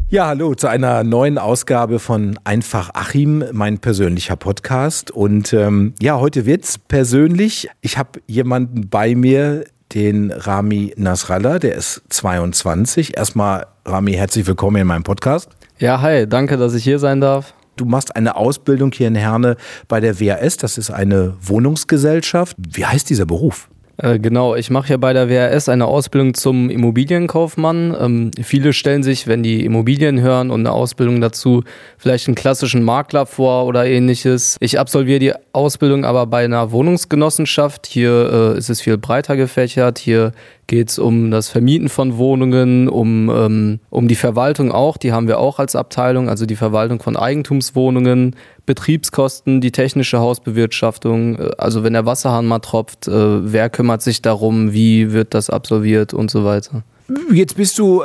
Ja, hallo zu einer neuen Ausgabe von Einfach Achim, mein persönlicher Podcast. Und heute wird's persönlich. Ich habe jemanden bei mir, den Rami Nasrallah, der ist 22. Erstmal, Rami, herzlich willkommen in meinem Podcast. Ja, hi, danke, dass ich hier sein darf. Du machst eine Ausbildung hier in Herne bei der WAS, das ist eine Wohnungsgesellschaft. Wie heißt dieser Beruf? Genau, ich mache ja bei der WAS eine Ausbildung zum Immobilienkaufmann. Viele stellen sich, wenn die Immobilien hören und eine Ausbildung dazu, vielleicht einen klassischen Makler vor oder ähnliches. Ich absolviere die Ausbildung aber bei einer Wohnungsgenossenschaft. Hier ist es viel breiter gefächert. Hier geht es um das Vermieten von Wohnungen, um die Verwaltung auch. Die haben wir auch als Abteilung, also die Verwaltung von Eigentumswohnungen, Betriebskosten, die technische Hausbewirtschaftung, also wenn der Wasserhahn mal tropft, wer kümmert sich darum, wie wird das absolviert und so weiter. Jetzt bist du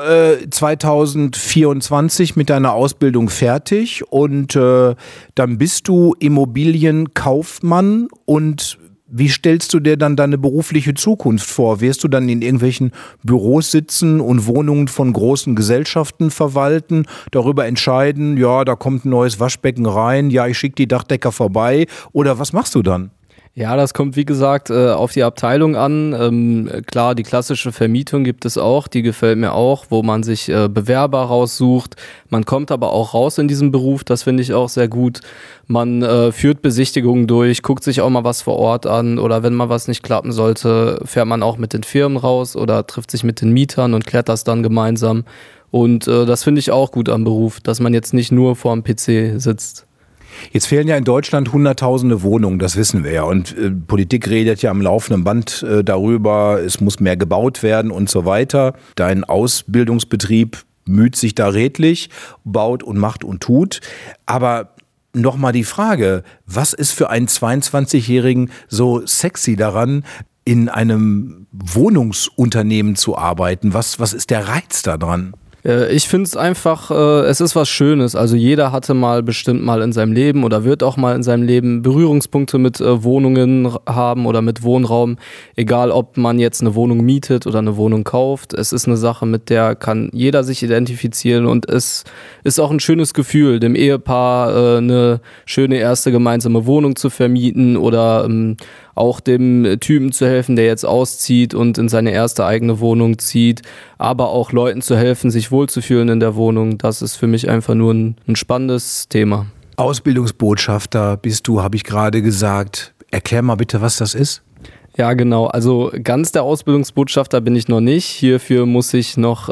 2024 mit deiner Ausbildung fertig und dann bist du Immobilienkaufmann. Und wie stellst du dir dann deine berufliche Zukunft vor? Wirst du dann in irgendwelchen Büros sitzen und Wohnungen von großen Gesellschaften verwalten, darüber entscheiden, ja, da kommt ein neues Waschbecken rein, ja, ich schicke die Dachdecker vorbei, oder was machst du dann? Ja, das kommt wie gesagt auf die Abteilung an. Klar, die klassische Vermietung gibt es auch, die gefällt mir auch, wo man sich Bewerber raussucht. Man kommt aber auch raus in diesem Beruf, das finde ich auch sehr gut. Man führt Besichtigungen durch, guckt sich auch mal was vor Ort an, oder wenn mal was nicht klappen sollte, fährt man auch mit den Firmen raus oder trifft sich mit den Mietern und klärt das dann gemeinsam. Und das finde ich auch gut am Beruf, dass man jetzt nicht nur vor dem PC sitzt. Jetzt fehlen ja in Deutschland hunderttausende Wohnungen, das wissen wir ja. Und Politik redet ja am laufenden Band darüber, es muss mehr gebaut werden und so weiter. Dein Ausbildungsbetrieb müht sich da redlich, baut und macht und tut. Aber nochmal die Frage, was ist für einen 22-Jährigen so sexy daran, in einem Wohnungsunternehmen zu arbeiten? Was ist der Reiz daran? Ich finde es einfach, es ist was Schönes. Also jeder hatte mal bestimmt mal in seinem Leben oder wird auch mal in seinem Leben Berührungspunkte mit Wohnungen haben oder mit Wohnraum. Egal, ob man jetzt eine Wohnung mietet oder eine Wohnung kauft. Es ist eine Sache, mit der kann jeder sich identifizieren, und es ist auch ein schönes Gefühl, dem Ehepaar eine schöne erste gemeinsame Wohnung zu vermieten oder auch dem Typen zu helfen, der jetzt auszieht und in seine erste eigene Wohnung zieht, aber auch Leuten zu helfen, sich wohlzufühlen in der Wohnung. Das ist für mich einfach nur ein spannendes Thema. Ausbildungsbotschafter bist du, habe ich gerade gesagt. Erklär mal bitte, was das ist. Ja, genau. Also ganz der Ausbildungsbotschafter bin ich noch nicht. Hierfür muss ich noch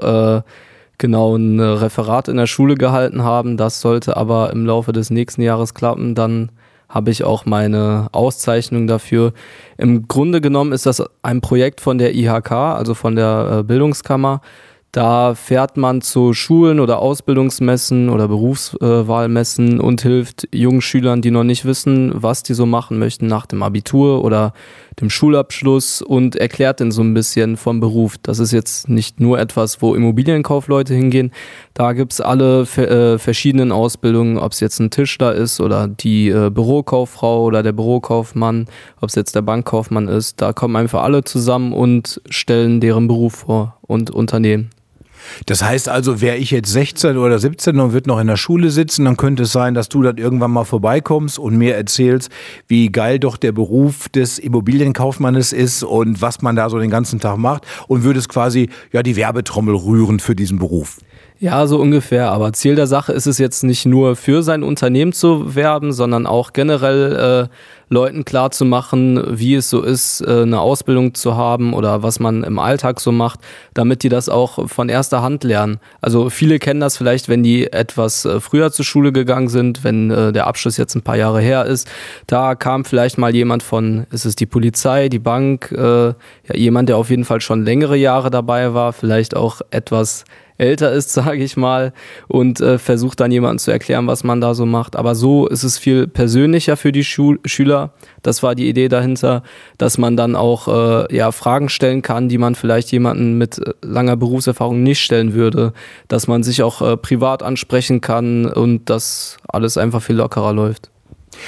ein Referat in der Schule gehalten haben. Das sollte aber im Laufe des nächsten Jahres klappen. Dann habe ich auch meine Auszeichnung dafür. Im Grunde genommen ist das ein Projekt von der IHK, also von der Bildungskammer. Da fährt man zu Schulen oder Ausbildungsmessen oder Berufswahlmessen und hilft jungen Schülern, die noch nicht wissen, was die so machen möchten nach dem Abitur oder dem Schulabschluss, und erklärt denen so ein bisschen vom Beruf. Das ist jetzt nicht nur etwas, wo Immobilienkaufleute hingehen. Da gibt's alle verschiedenen Ausbildungen, ob es jetzt ein Tischler ist oder die Bürokauffrau oder der Bürokaufmann, ob es jetzt der Bankkaufmann ist. Da kommen einfach alle zusammen und stellen deren Beruf vor und Unternehmen. Das heißt also, wäre ich jetzt 16 oder 17 und würde noch in der Schule sitzen, dann könnte es sein, dass du dann irgendwann mal vorbeikommst und mir erzählst, wie geil doch der Beruf des Immobilienkaufmannes ist und was man da so den ganzen Tag macht, und würdest quasi die Werbetrommel rühren für diesen Beruf. Ja, so ungefähr. Aber Ziel der Sache ist es jetzt nicht nur für sein Unternehmen zu werben, sondern auch generell Leuten klarzumachen, wie es so ist, eine Ausbildung zu haben oder was man im Alltag so macht, damit die das auch von erster Hand lernen. Also viele kennen das vielleicht, wenn die etwas früher zur Schule gegangen sind, wenn der Abschluss jetzt ein paar Jahre her ist. Da kam vielleicht mal jemand von, ist es die Polizei, die Bank, jemand, der auf jeden Fall schon längere Jahre dabei war, vielleicht auch etwas älter ist, sage ich mal, und versucht dann jemandem zu erklären, was man da so macht. Aber so ist es viel persönlicher für die Schüler. Das war die Idee dahinter, dass man dann auch Fragen stellen kann, die man vielleicht jemanden mit langer Berufserfahrung nicht stellen würde, dass man sich auch privat ansprechen kann und dass alles einfach viel lockerer läuft.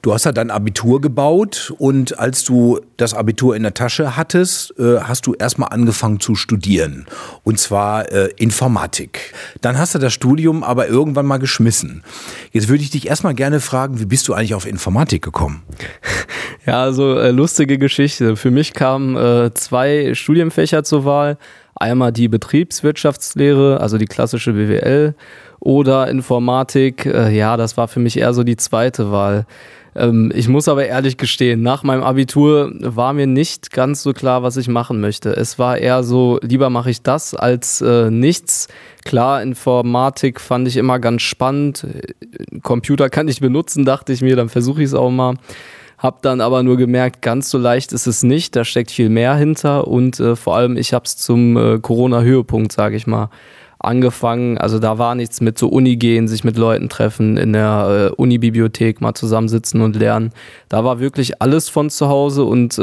Du hast ja dein Abitur gebaut und als du das Abitur in der Tasche hattest, hast du erstmal angefangen zu studieren. Und zwar Informatik. Dann hast du das Studium aber irgendwann mal geschmissen. Jetzt würde ich dich erstmal gerne fragen, wie bist du eigentlich auf Informatik gekommen? Ja, also lustige Geschichte. Für mich kamen 2 Studienfächer zur Wahl. Einmal die Betriebswirtschaftslehre, also die klassische BWL, oder Informatik. Ja, das war für mich eher so die zweite Wahl. Ich muss aber ehrlich gestehen, nach meinem Abitur war mir nicht ganz so klar, was ich machen möchte. Es war eher so, lieber mache ich das als nichts. Klar, Informatik fand ich immer ganz spannend. Computer kann ich benutzen, dachte ich mir, dann versuche ich es auch mal. Hab dann aber nur gemerkt, ganz so leicht ist es nicht, da steckt viel mehr hinter und vor allem ich habe es zum Corona-Höhepunkt, sage ich mal, angefangen. Also da war nichts mit zur Uni gehen, sich mit Leuten treffen, in der Unibibliothek mal zusammensitzen und lernen. Da war wirklich alles von zu Hause und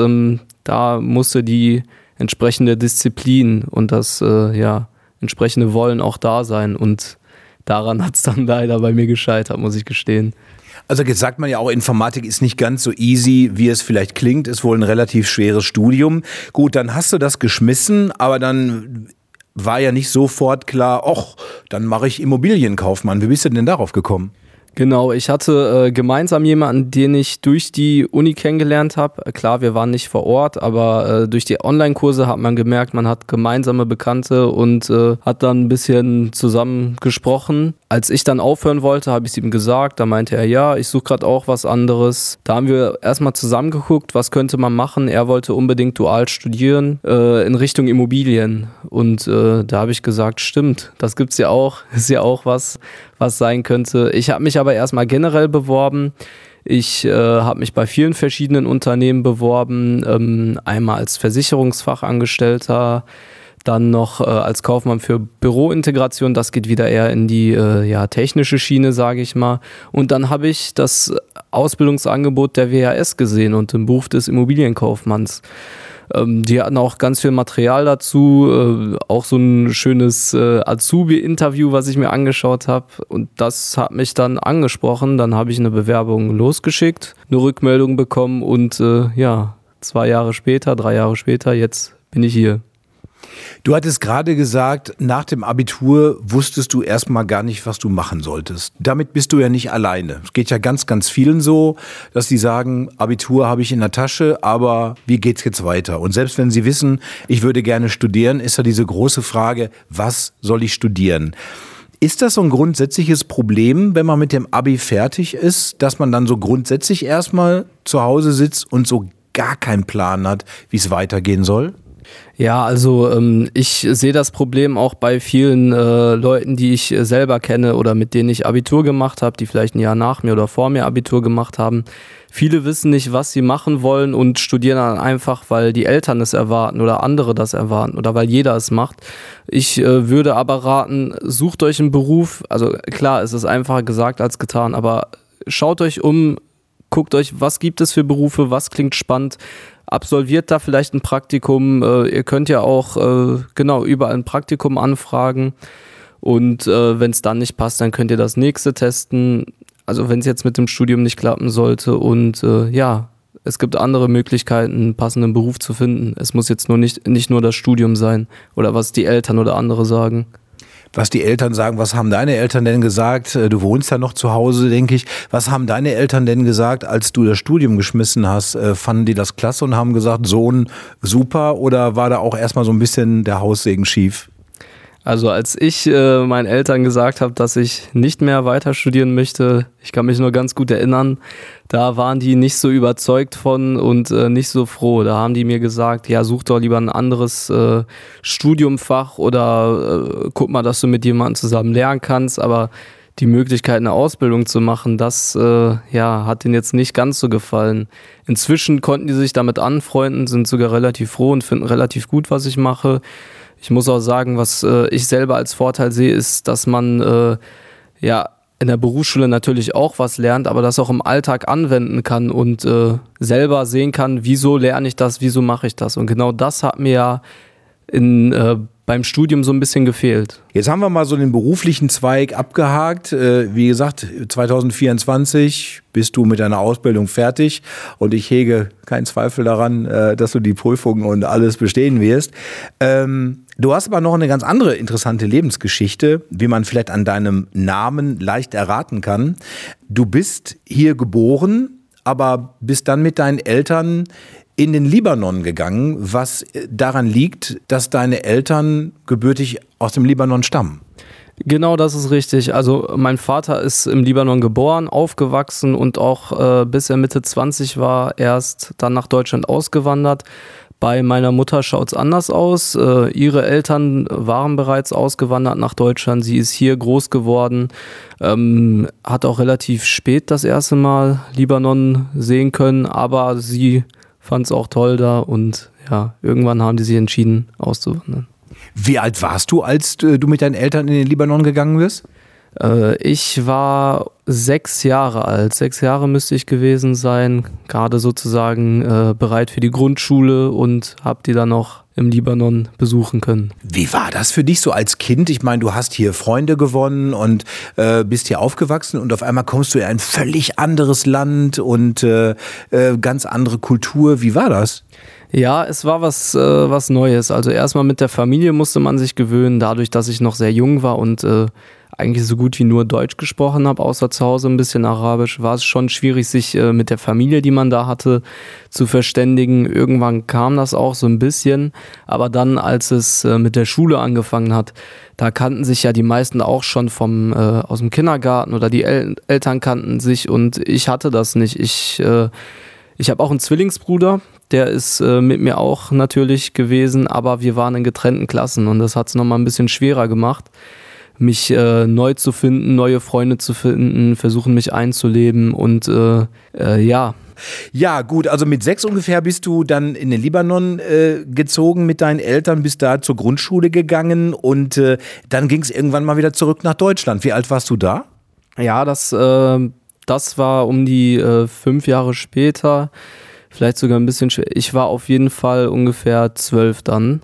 da musste die entsprechende Disziplin und das entsprechende Wollen auch da sein und daran hat es dann leider bei mir gescheitert, muss ich gestehen. Also jetzt sagt man ja auch, Informatik ist nicht ganz so easy, wie es vielleicht klingt, ist wohl ein relativ schweres Studium. Gut, dann hast du das geschmissen, aber dann war ja nicht sofort klar, dann mache ich Immobilienkaufmann. Wie bist du denn darauf gekommen? Genau, ich hatte gemeinsam jemanden, den ich durch die Uni kennengelernt habe. Klar, wir waren nicht vor Ort, aber durch die Online-Kurse hat man gemerkt, man hat gemeinsame Bekannte und hat dann ein bisschen zusammen gesprochen. Als ich dann aufhören wollte, habe ich es ihm gesagt. Da meinte er, ja, ich suche gerade auch was anderes. Da haben wir erstmal zusammen geguckt, was könnte man machen. Er wollte unbedingt dual studieren in Richtung Immobilien. Und da habe ich gesagt, stimmt, das gibt's ja auch. Ist ja auch was sein könnte. Ich habe mich aber erstmal generell beworben. Ich habe mich bei vielen verschiedenen Unternehmen beworben. Einmal als Versicherungsfachangestellter, dann noch als Kaufmann für Bürointegration, das geht wieder eher in die technische Schiene, sage ich mal. Und dann habe ich das Ausbildungsangebot der WHS gesehen und den Beruf des Immobilienkaufmanns. Die hatten auch ganz viel Material dazu, auch so ein schönes Azubi-Interview, was ich mir angeschaut habe. Und das hat mich dann angesprochen. Dann habe ich eine Bewerbung losgeschickt, eine Rückmeldung bekommen und 3 Jahre später, jetzt bin ich hier. Du hattest gerade gesagt, nach dem Abitur wusstest du erstmal gar nicht, was du machen solltest. Damit bist du ja nicht alleine. Es geht ja ganz, ganz vielen so, dass die sagen, Abitur habe ich in der Tasche, aber wie geht's jetzt weiter? Und selbst wenn sie wissen, ich würde gerne studieren, ist ja diese große Frage, was soll ich studieren? Ist das so ein grundsätzliches Problem, wenn man mit dem Abi fertig ist, dass man dann so grundsätzlich erstmal zu Hause sitzt und so gar keinen Plan hat, wie es weitergehen soll? Ja, also ich sehe das Problem auch bei vielen Leuten, die ich selber kenne oder mit denen ich Abitur gemacht habe, die vielleicht ein Jahr nach mir oder vor mir Abitur gemacht haben. Viele wissen nicht, was sie machen wollen und studieren dann einfach, weil die Eltern es erwarten oder andere das erwarten oder weil jeder es macht. Ich würde aber raten, sucht euch einen Beruf. Also klar, es ist einfacher gesagt als getan, aber schaut euch um, guckt euch, was gibt es für Berufe, was klingt spannend. Absolviert da vielleicht ein Praktikum. Ihr könnt ja auch überall ein Praktikum anfragen. Und wenn es dann nicht passt, dann könnt ihr das nächste testen. Also wenn es jetzt mit dem Studium nicht klappen sollte. Und es gibt andere Möglichkeiten, einen passenden Beruf zu finden. Es muss jetzt nicht nur das Studium sein oder was die Eltern oder andere sagen. Was die Eltern sagen, was haben deine Eltern denn gesagt? Du wohnst ja noch zu Hause, denke ich. Was haben deine Eltern denn gesagt, als du das Studium geschmissen hast? Fanden die das klasse und haben gesagt, Sohn, super? Oder war da auch erstmal so ein bisschen der Haussegen schief? Also als ich meinen Eltern gesagt habe, dass ich nicht mehr weiter studieren möchte, ich kann mich nur ganz gut erinnern, da waren die nicht so überzeugt von und nicht so froh. Da haben die mir gesagt, ja, such doch lieber ein anderes Studiumfach oder guck mal, dass du mit jemandem zusammen lernen kannst. Aber die Möglichkeit, eine Ausbildung zu machen, das hat denen jetzt nicht ganz so gefallen. Inzwischen konnten die sich damit anfreunden, sind sogar relativ froh und finden relativ gut, was ich mache. Ich muss auch sagen, was ich selber als Vorteil sehe, ist, dass man in der Berufsschule natürlich auch was lernt, aber das auch im Alltag anwenden kann und selber sehen kann, wieso lerne ich das, wieso mache ich das. Und genau das hat mir ja in beim Studium so ein bisschen gefehlt. Jetzt haben wir mal so den beruflichen Zweig abgehakt. Wie gesagt, 2024 bist du mit deiner Ausbildung fertig und ich hege keinen Zweifel daran, dass du die Prüfungen und alles bestehen wirst. Du hast aber noch eine ganz andere interessante Lebensgeschichte, wie man vielleicht an deinem Namen leicht erraten kann. Du bist hier geboren, aber bist dann mit deinen Eltern in den Libanon gegangen, was daran liegt, dass deine Eltern gebürtig aus dem Libanon stammen. Genau, das ist richtig. Also mein Vater ist im Libanon geboren, aufgewachsen und auch bis er Mitte 20 war, erst dann nach Deutschland ausgewandert. Bei meiner Mutter schaut es anders aus. Ihre Eltern waren bereits ausgewandert nach Deutschland. Sie ist hier groß geworden, hat auch relativ spät das erste Mal Libanon sehen können, aber sie fand es auch toll da und ja, irgendwann haben die sich entschieden, auszuwandern. Wie alt warst du, als du mit deinen Eltern in den Libanon gegangen bist? Ich war 6 Jahre alt. 6 Jahre müsste ich gewesen sein, gerade sozusagen bereit für die Grundschule und habe die dann noch im Libanon besuchen können. Wie war das für dich so als Kind? Ich meine, du hast hier Freunde gewonnen und bist hier aufgewachsen und auf einmal kommst du in ein völlig anderes Land und ganz andere Kultur. Wie war das? Ja, es war was Neues. Also erstmal mit der Familie musste man sich gewöhnen, dadurch, dass ich noch sehr jung war und eigentlich so gut wie nur Deutsch gesprochen habe, außer zu Hause ein bisschen Arabisch, war es schon schwierig, sich mit der Familie, die man da hatte, zu verständigen. Irgendwann kam das auch so ein bisschen, aber dann, als es mit der Schule angefangen hat, da kannten sich ja die meisten auch schon aus dem Kindergarten oder die Eltern kannten sich und ich hatte das nicht. Ich habe auch einen Zwillingsbruder, der ist mit mir auch natürlich gewesen, aber wir waren in getrennten Klassen und das hat es nochmal ein bisschen schwerer gemacht, mich neu zu finden, neue Freunde zu finden, versuchen mich einzuleben und ja. Ja gut, also mit 6 ungefähr bist du dann in den Libanon gezogen mit deinen Eltern, bist da zur Grundschule gegangen und dann ging es irgendwann mal wieder zurück nach Deutschland. Wie alt warst du da? Ja, das war um die 5 Jahre später, vielleicht sogar ein bisschen später. Ich war auf jeden Fall ungefähr 12 dann,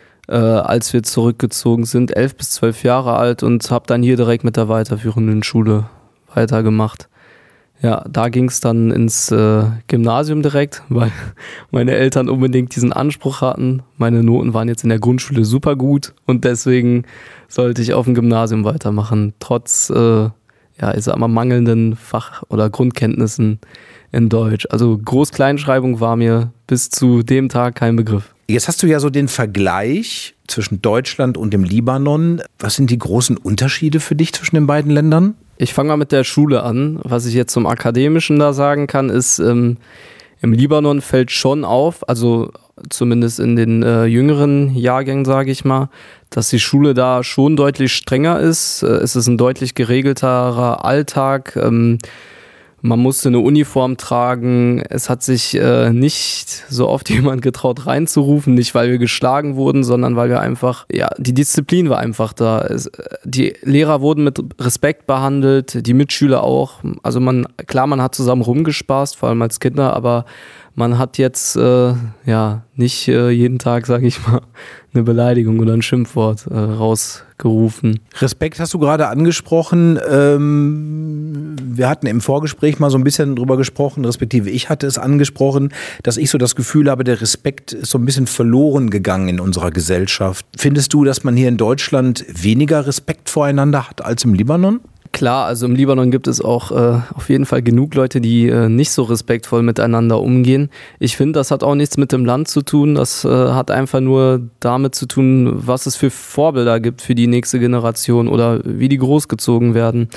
als wir zurückgezogen sind, 11 bis 12 Jahre alt und habe dann hier direkt mit der weiterführenden Schule weitergemacht. Ja, da ging es dann ins Gymnasium direkt, weil meine Eltern unbedingt diesen Anspruch hatten. Meine Noten waren jetzt in der Grundschule super gut und deswegen sollte ich auf dem Gymnasium weitermachen, trotz ich sag mal, mangelnden Fach- oder Grundkenntnissen in Deutsch. Also Groß-Kleinschreibung war mir bis zu dem Tag kein Begriff. Jetzt hast du ja so den Vergleich zwischen Deutschland und dem Libanon. Was sind die großen Unterschiede für dich zwischen den beiden Ländern? Ich fange mal mit der Schule an. Was ich jetzt zum Akademischen da sagen kann, ist, im Libanon fällt schon auf, also zumindest in den jüngeren Jahrgängen, sage ich mal, dass die Schule da schon deutlich strenger ist. Es ist ein deutlich geregelterer Alltag. Man musste eine Uniform tragen. Es hat sich nicht so oft jemand getraut reinzurufen, nicht weil wir geschlagen wurden, sondern weil wir einfach, ja, die Disziplin war einfach da. Die Lehrer wurden mit Respekt behandelt, die Mitschüler auch. Also man hat zusammen rumgespaßt, vor allem als Kinder, aber man hat jetzt nicht jeden Tag, sage ich mal, eine Beleidigung oder ein Schimpfwort rausgerufen. Respekt hast du gerade angesprochen. Wir hatten im Vorgespräch mal so ein bisschen drüber gesprochen, respektive ich hatte es angesprochen, dass ich so das Gefühl habe, der Respekt ist so ein bisschen verloren gegangen in unserer Gesellschaft. Findest du, dass man hier in Deutschland weniger Respekt voreinander hat als im Libanon? Klar, also im Libanon gibt es auch auf jeden Fall genug Leute, die nicht so respektvoll miteinander umgehen. Ich finde, das hat auch nichts mit dem Land zu tun. Das hat einfach nur damit zu tun, was es für Vorbilder gibt für die nächste Generation oder wie die großgezogen werden.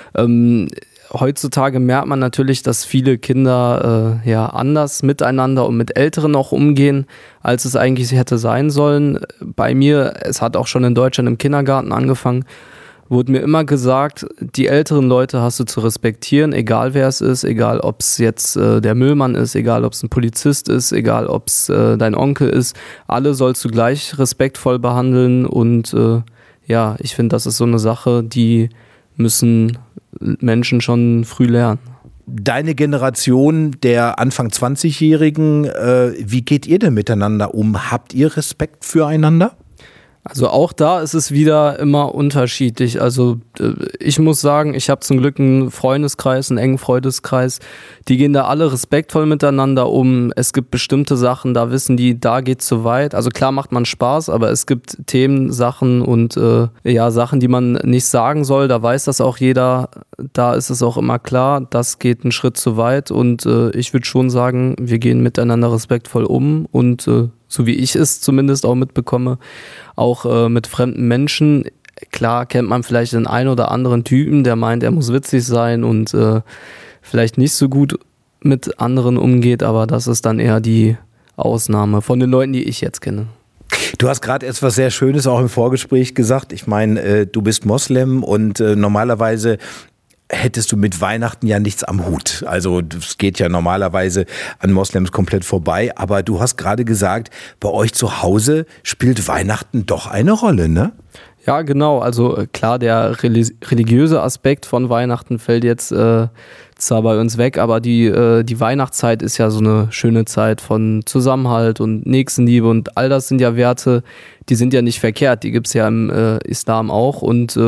Heutzutage merkt man natürlich, dass viele Kinder anders miteinander und mit Älteren auch umgehen, als es eigentlich hätte sein sollen. Bei mir, es hat auch schon in Deutschland im Kindergarten angefangen, wurde mir immer gesagt, die älteren Leute hast du zu respektieren, egal wer es ist, egal ob es jetzt der Müllmann ist, egal ob es ein Polizist ist, egal ob es dein Onkel ist, alle sollst du gleich respektvoll behandeln und ich finde, das ist so eine Sache, die müssen Menschen schon früh lernen. Deine Generation der Anfang 20-Jährigen, wie geht ihr denn miteinander um? Habt ihr Respekt füreinander? Also auch da ist es wieder immer unterschiedlich. Also ich muss sagen, ich habe zum Glück einen Freundeskreis, einen engen Freundeskreis. Die gehen da alle respektvoll miteinander um. Es gibt bestimmte Sachen, da wissen die, da geht's zu weit. Also klar macht man Spaß, aber es gibt Themen, Sachen und Sachen, die man nicht sagen soll. Da weiß das auch jeder. Da ist es auch immer klar, das geht einen Schritt zu weit. Und ich würde schon sagen, wir gehen miteinander respektvoll um und so wie ich es zumindest auch mitbekomme, auch mit fremden Menschen. Klar kennt man vielleicht den einen oder anderen Typen, der meint, er muss witzig sein und vielleicht nicht so gut mit anderen umgeht, aber das ist dann eher die Ausnahme von den Leuten, die ich jetzt kenne. Du hast gerade etwas sehr Schönes auch im Vorgespräch gesagt. Ich meine, du bist Moslem und normalerweise hättest du mit Weihnachten ja nichts am Hut. Also es geht ja normalerweise an Moslems komplett vorbei. Aber du hast gerade gesagt, bei euch zu Hause spielt Weihnachten doch eine Rolle, ne? Ja, genau. Also klar, der religiöse Aspekt von Weihnachten fällt jetzt zwar bei uns weg, aber die Weihnachtszeit ist ja so eine schöne Zeit von Zusammenhalt und Nächstenliebe und all das sind ja Werte, die sind ja nicht verkehrt. Die gibt's ja im Islam auch und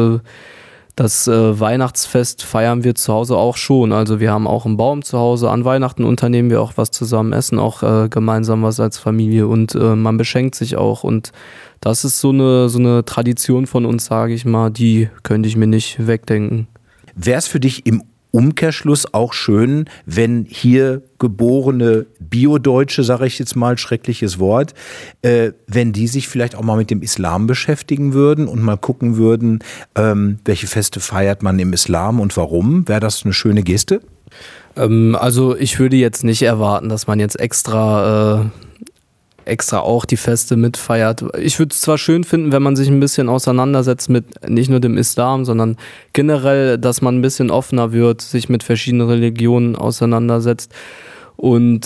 das Weihnachtsfest feiern wir zu Hause auch schon. Also wir haben auch einen Baum zu Hause. An Weihnachten unternehmen wir auch was zusammen, essen auch gemeinsam was als Familie und man beschenkt sich auch. Und das ist so eine Tradition von uns, sage ich mal, die könnte ich mir nicht wegdenken. Wäre es für dich im Umkehrschluss auch schön, wenn hier geborene Bio-Deutsche, sage ich jetzt mal, schreckliches Wort, wenn die sich vielleicht auch mal mit dem Islam beschäftigen würden und mal gucken würden, welche Feste feiert man im Islam und warum? Wäre das eine schöne Geste? Also ich würde jetzt nicht erwarten, dass man jetzt extra auch die Feste mitfeiert. Ich würde es zwar schön finden, wenn man sich ein bisschen auseinandersetzt mit nicht nur dem Islam, sondern generell, dass man ein bisschen offener wird, sich mit verschiedenen Religionen auseinandersetzt. Und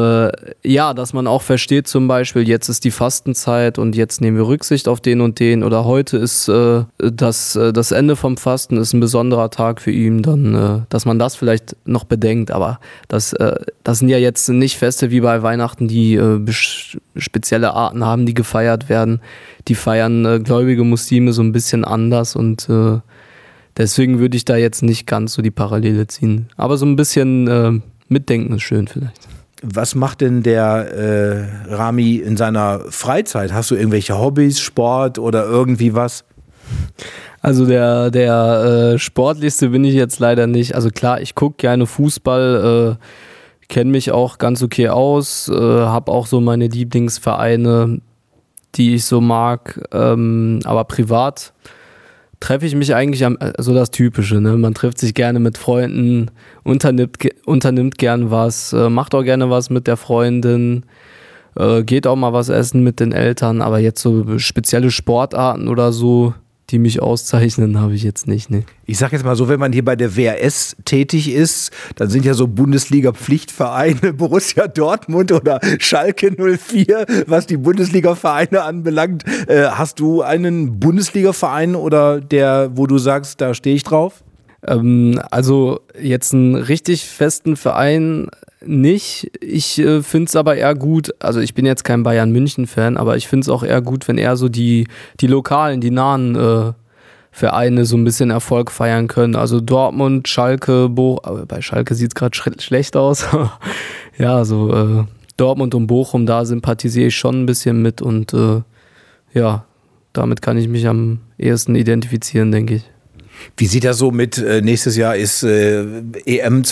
dass man auch versteht zum Beispiel, jetzt ist die Fastenzeit und jetzt nehmen wir Rücksicht auf den und den oder heute ist das Ende vom Fasten ist ein besonderer Tag für ihn, dann, dass man das vielleicht noch bedenkt. Aber das sind ja jetzt nicht Feste wie bei Weihnachten, die spezielle Arten haben, die gefeiert werden. Die feiern gläubige Muslime so ein bisschen anders und deswegen würde ich da jetzt nicht ganz so die Parallele ziehen. Aber so ein bisschen mitdenken ist schön vielleicht. Was macht denn der Rami in seiner Freizeit? Hast du irgendwelche Hobbys, Sport oder irgendwie was? Also der sportlichste bin ich jetzt leider nicht. Also klar, ich gucke gerne Fußball, kenne mich auch ganz okay aus, habe auch so meine Lieblingsvereine, die ich so mag, aber privat treffe ich mich eigentlich so das Typische, ne? Man trifft sich gerne mit Freunden, unternimmt gern was, macht auch gerne was mit der Freundin, geht auch mal was essen mit den Eltern, aber jetzt so spezielle Sportarten oder so, die mich auszeichnen, habe ich jetzt nicht, ne? Ich sag jetzt mal so, wenn man hier bei der WRS tätig ist, dann sind ja so Bundesliga-Pflichtvereine, Borussia Dortmund oder Schalke 04, was die Bundesliga-Vereine anbelangt. Hast du einen Bundesliga-Verein oder wo du sagst, da stehe ich drauf? Also jetzt einen richtig festen Verein nicht. Ich finde es aber eher gut, also ich bin jetzt kein Bayern-München-Fan, aber ich finde es auch eher gut, wenn eher so die lokalen, die nahen Vereine so ein bisschen Erfolg feiern können. Also Dortmund, Schalke, bei Schalke sieht es gerade schlecht aus. Ja, so Dortmund und Bochum, da sympathisiere ich schon ein bisschen mit und damit kann ich mich am ehesten identifizieren, denke ich. Wie sieht das so mit, nächstes Jahr ist EM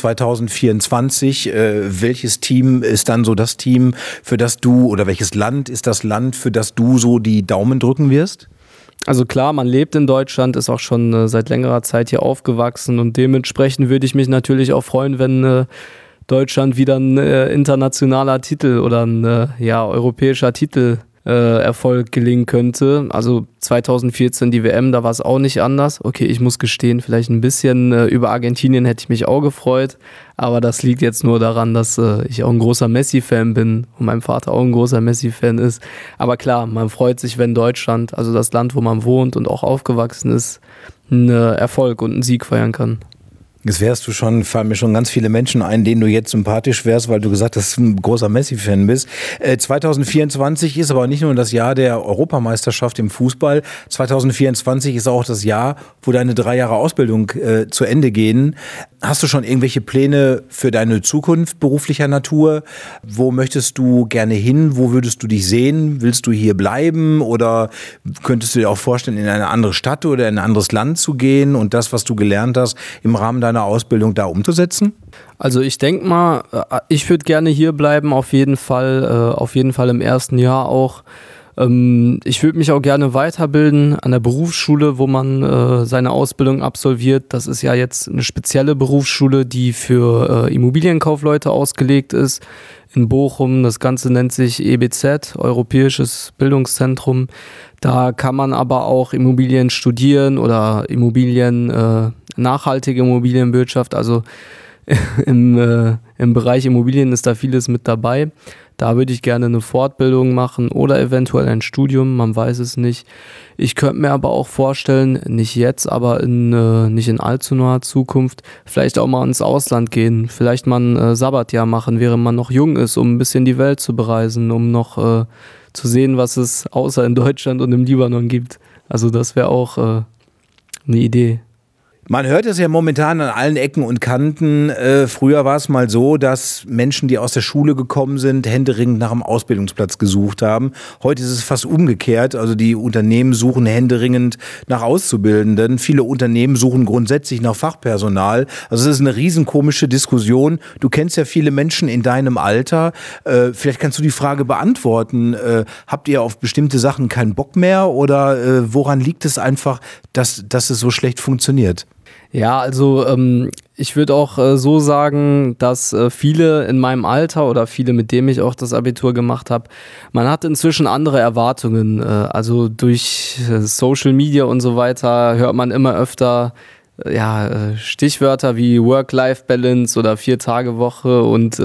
2024, welches Team ist dann so das Team, für das du, oder welches Land ist das Land, für das du so die Daumen drücken wirst? Also klar, man lebt in Deutschland, ist auch schon seit längerer Zeit hier aufgewachsen und dementsprechend würde ich mich natürlich auch freuen, wenn Deutschland wieder ein internationaler Titel oder ein europäischer Titel Erfolg gelingen könnte. Also 2014 die WM, da war es auch nicht anders. Okay, ich muss gestehen, vielleicht ein bisschen über Argentinien hätte ich mich auch gefreut, aber das liegt jetzt nur daran, dass ich auch ein großer Messi-Fan bin und mein Vater auch ein großer Messi-Fan ist. Aber klar, man freut sich, wenn Deutschland, also das Land, wo man wohnt und auch aufgewachsen ist, einen Erfolg und einen Sieg feiern kann. Jetzt fallen mir schon ganz viele Menschen ein, denen du jetzt sympathisch wärst, weil du gesagt hast, dass du ein großer Messi-Fan bist. 2024 ist aber nicht nur das Jahr der Europameisterschaft im Fußball. 2024 ist auch das Jahr, wo deine 3 Jahre Ausbildung zu Ende gehen. Hast du schon irgendwelche Pläne für deine Zukunft beruflicher Natur? Wo möchtest du gerne hin? Wo würdest du dich sehen? Willst du hier bleiben? Oder könntest du dir auch vorstellen, in eine andere Stadt oder in ein anderes Land zu gehen und das, was du gelernt hast, im Rahmen deiner Ausbildung da umzusetzen? Also ich denke mal, ich würde gerne hier bleiben, auf jeden Fall im ersten Jahr auch. Ich würde mich auch gerne weiterbilden an der Berufsschule, wo man seine Ausbildung absolviert. Das ist ja jetzt eine spezielle Berufsschule, die für Immobilienkaufleute ausgelegt ist. In Bochum, das Ganze nennt sich EBZ, Europäisches Bildungszentrum. Da kann man aber auch Immobilien studieren oder nachhaltige Immobilienwirtschaft. Also im Bereich Immobilien ist da vieles mit dabei. Da würde ich gerne eine Fortbildung machen oder eventuell ein Studium, man weiß es nicht. Ich könnte mir aber auch vorstellen, nicht jetzt, aber nicht in allzu naher Zukunft, vielleicht auch mal ins Ausland gehen, vielleicht mal ein Sabbatjahr machen, während man noch jung ist, um ein bisschen die Welt zu bereisen, um noch zu sehen, was es außer in Deutschland und im Libanon gibt. Also das wäre auch eine Idee. Man hört es ja momentan an allen Ecken und Kanten. Früher war es mal so, dass Menschen, die aus der Schule gekommen sind, händeringend nach einem Ausbildungsplatz gesucht haben. Heute ist es fast umgekehrt. Also die Unternehmen suchen händeringend nach Auszubildenden. Viele Unternehmen suchen grundsätzlich nach Fachpersonal. Also es ist eine riesenkomische Diskussion. Du kennst ja viele Menschen in deinem Alter. Vielleicht kannst du die Frage beantworten. Habt ihr auf bestimmte Sachen keinen Bock mehr oder woran liegt es einfach, dass es so schlecht funktioniert? Ja, also ich würde auch so sagen, dass viele in meinem Alter oder viele, mit dem ich auch das Abitur gemacht habe, man hat inzwischen andere Erwartungen. Also durch Social Media und so weiter hört man immer öfter Stichwörter wie Work-Life-Balance oder 4-Tage-Woche und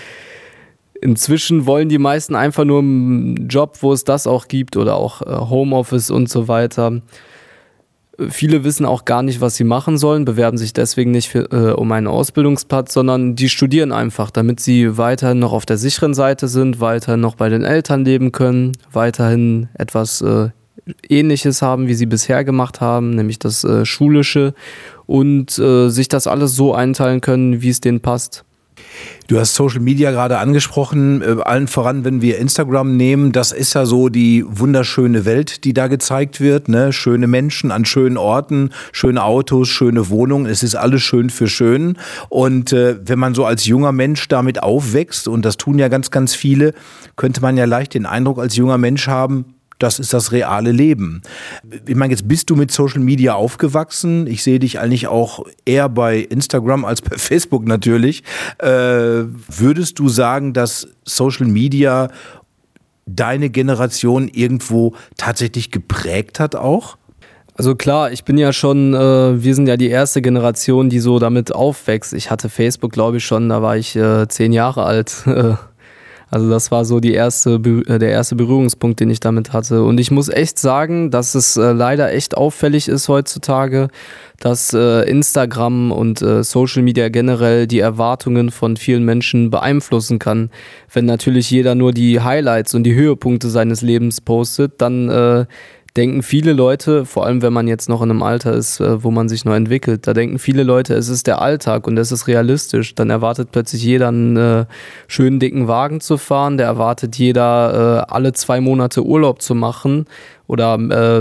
inzwischen wollen die meisten einfach nur einen Job, wo es das auch gibt oder auch Homeoffice und so weiter. Viele wissen auch gar nicht, was sie machen sollen, bewerben sich deswegen nicht um einen Ausbildungsplatz, sondern die studieren einfach, damit sie weiterhin noch auf der sicheren Seite sind, weiterhin noch bei den Eltern leben können, weiterhin etwas Ähnliches haben, wie sie bisher gemacht haben, nämlich das Schulische und sich das alles so einteilen können, wie es denen passt. Du hast Social Media gerade angesprochen, allen voran, wenn wir Instagram nehmen, das ist ja so die wunderschöne Welt, die da gezeigt wird, ne? Schöne Menschen an schönen Orten, schöne Autos, schöne Wohnungen, es ist alles schön für schön und wenn man so als junger Mensch damit aufwächst, und das tun ja ganz, ganz viele, könnte man ja leicht den Eindruck als junger Mensch haben, das ist das reale Leben. Ich meine, jetzt bist du mit Social Media aufgewachsen. Ich sehe dich eigentlich auch eher bei Instagram als bei Facebook natürlich. Würdest du sagen, dass Social Media deine Generation irgendwo tatsächlich geprägt hat auch? Also klar, ich bin ja schon, wir sind ja die erste Generation, die so damit aufwächst. Ich hatte Facebook, glaube ich, schon, da war ich 10 Jahre alt. Also das war so der erste Berührungspunkt, den ich damit hatte. Und ich muss echt sagen, dass es leider echt auffällig ist heutzutage, dass Instagram und Social Media generell die Erwartungen von vielen Menschen beeinflussen kann. Wenn natürlich jeder nur die Highlights und die Höhepunkte seines Lebens postet, dann denken viele Leute, vor allem wenn man jetzt noch in einem Alter ist, wo man sich noch entwickelt, da denken viele Leute, es ist der Alltag und es ist realistisch. Dann erwartet plötzlich jeder einen schönen dicken Wagen zu fahren, der erwartet jeder alle 2 Monate Urlaub zu machen oder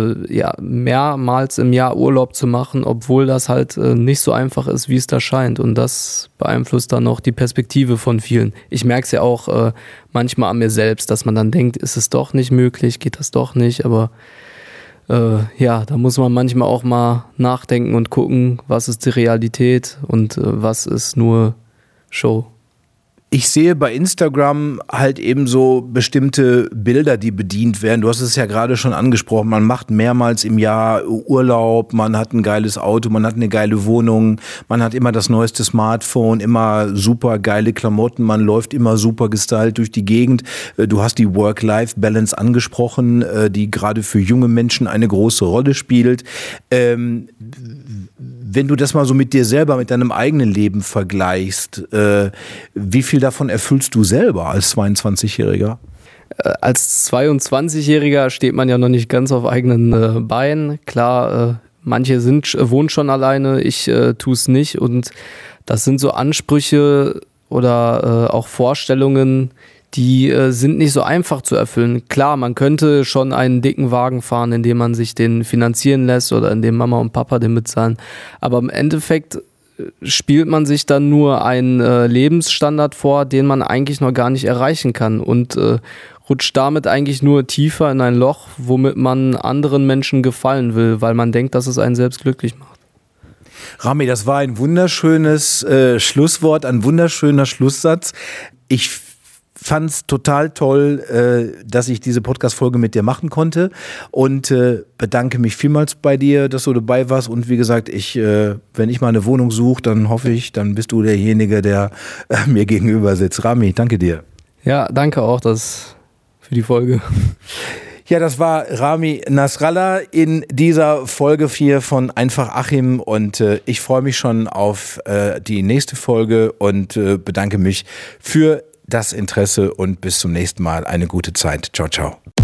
mehrmals im Jahr Urlaub zu machen, obwohl das halt nicht so einfach ist, wie es da scheint. Und das beeinflusst dann auch die Perspektive von vielen. Ich merke es ja auch manchmal an mir selbst, dass man dann denkt, ist es doch nicht möglich, geht das doch nicht, aber da muss man manchmal auch mal nachdenken und gucken, was ist die Realität und was ist nur Show. Ich sehe bei Instagram halt eben so bestimmte Bilder, die bedient werden. Du hast es ja gerade schon angesprochen, man macht mehrmals im Jahr Urlaub, man hat ein geiles Auto, man hat eine geile Wohnung, man hat immer das neueste Smartphone, immer super geile Klamotten, man läuft immer super gestylt durch die Gegend. Du hast die Work-Life-Balance angesprochen, die gerade für junge Menschen eine große Rolle spielt. wenn du das mal so mit dir selber, mit deinem eigenen Leben vergleichst, wie viel davon erfüllst du selber als 22-Jähriger? Als 22-Jähriger steht man ja noch nicht ganz auf eigenen Beinen. Klar, manche wohnen schon alleine, ich tue es nicht. Und das sind so Ansprüche oder auch Vorstellungen, die sind nicht so einfach zu erfüllen. Klar, man könnte schon einen dicken Wagen fahren, indem man sich den finanzieren lässt oder indem Mama und Papa den bezahlen. Aber im Endeffekt spielt man sich dann nur einen Lebensstandard vor, den man eigentlich noch gar nicht erreichen kann und rutscht damit eigentlich nur tiefer in ein Loch, womit man anderen Menschen gefallen will, weil man denkt, dass es einen selbst glücklich macht. Rami, das war ein wunderschönes Schlusswort, ein wunderschöner Schlusssatz. Ich fand es total toll, dass ich diese Podcast-Folge mit dir machen konnte und bedanke mich vielmals bei dir, dass du dabei warst. Und wie gesagt, wenn ich mal eine Wohnung suche, dann hoffe ich, dann bist du derjenige, der mir gegenüber sitzt. Rami, danke dir. Ja, danke auch für die Folge. Ja, das war Rami Nasrallah in dieser Folge 4 von Einfach Achim und ich freue mich schon auf die nächste Folge und bedanke mich für das Interesse und bis zum nächsten Mal. Eine gute Zeit. Ciao, ciao.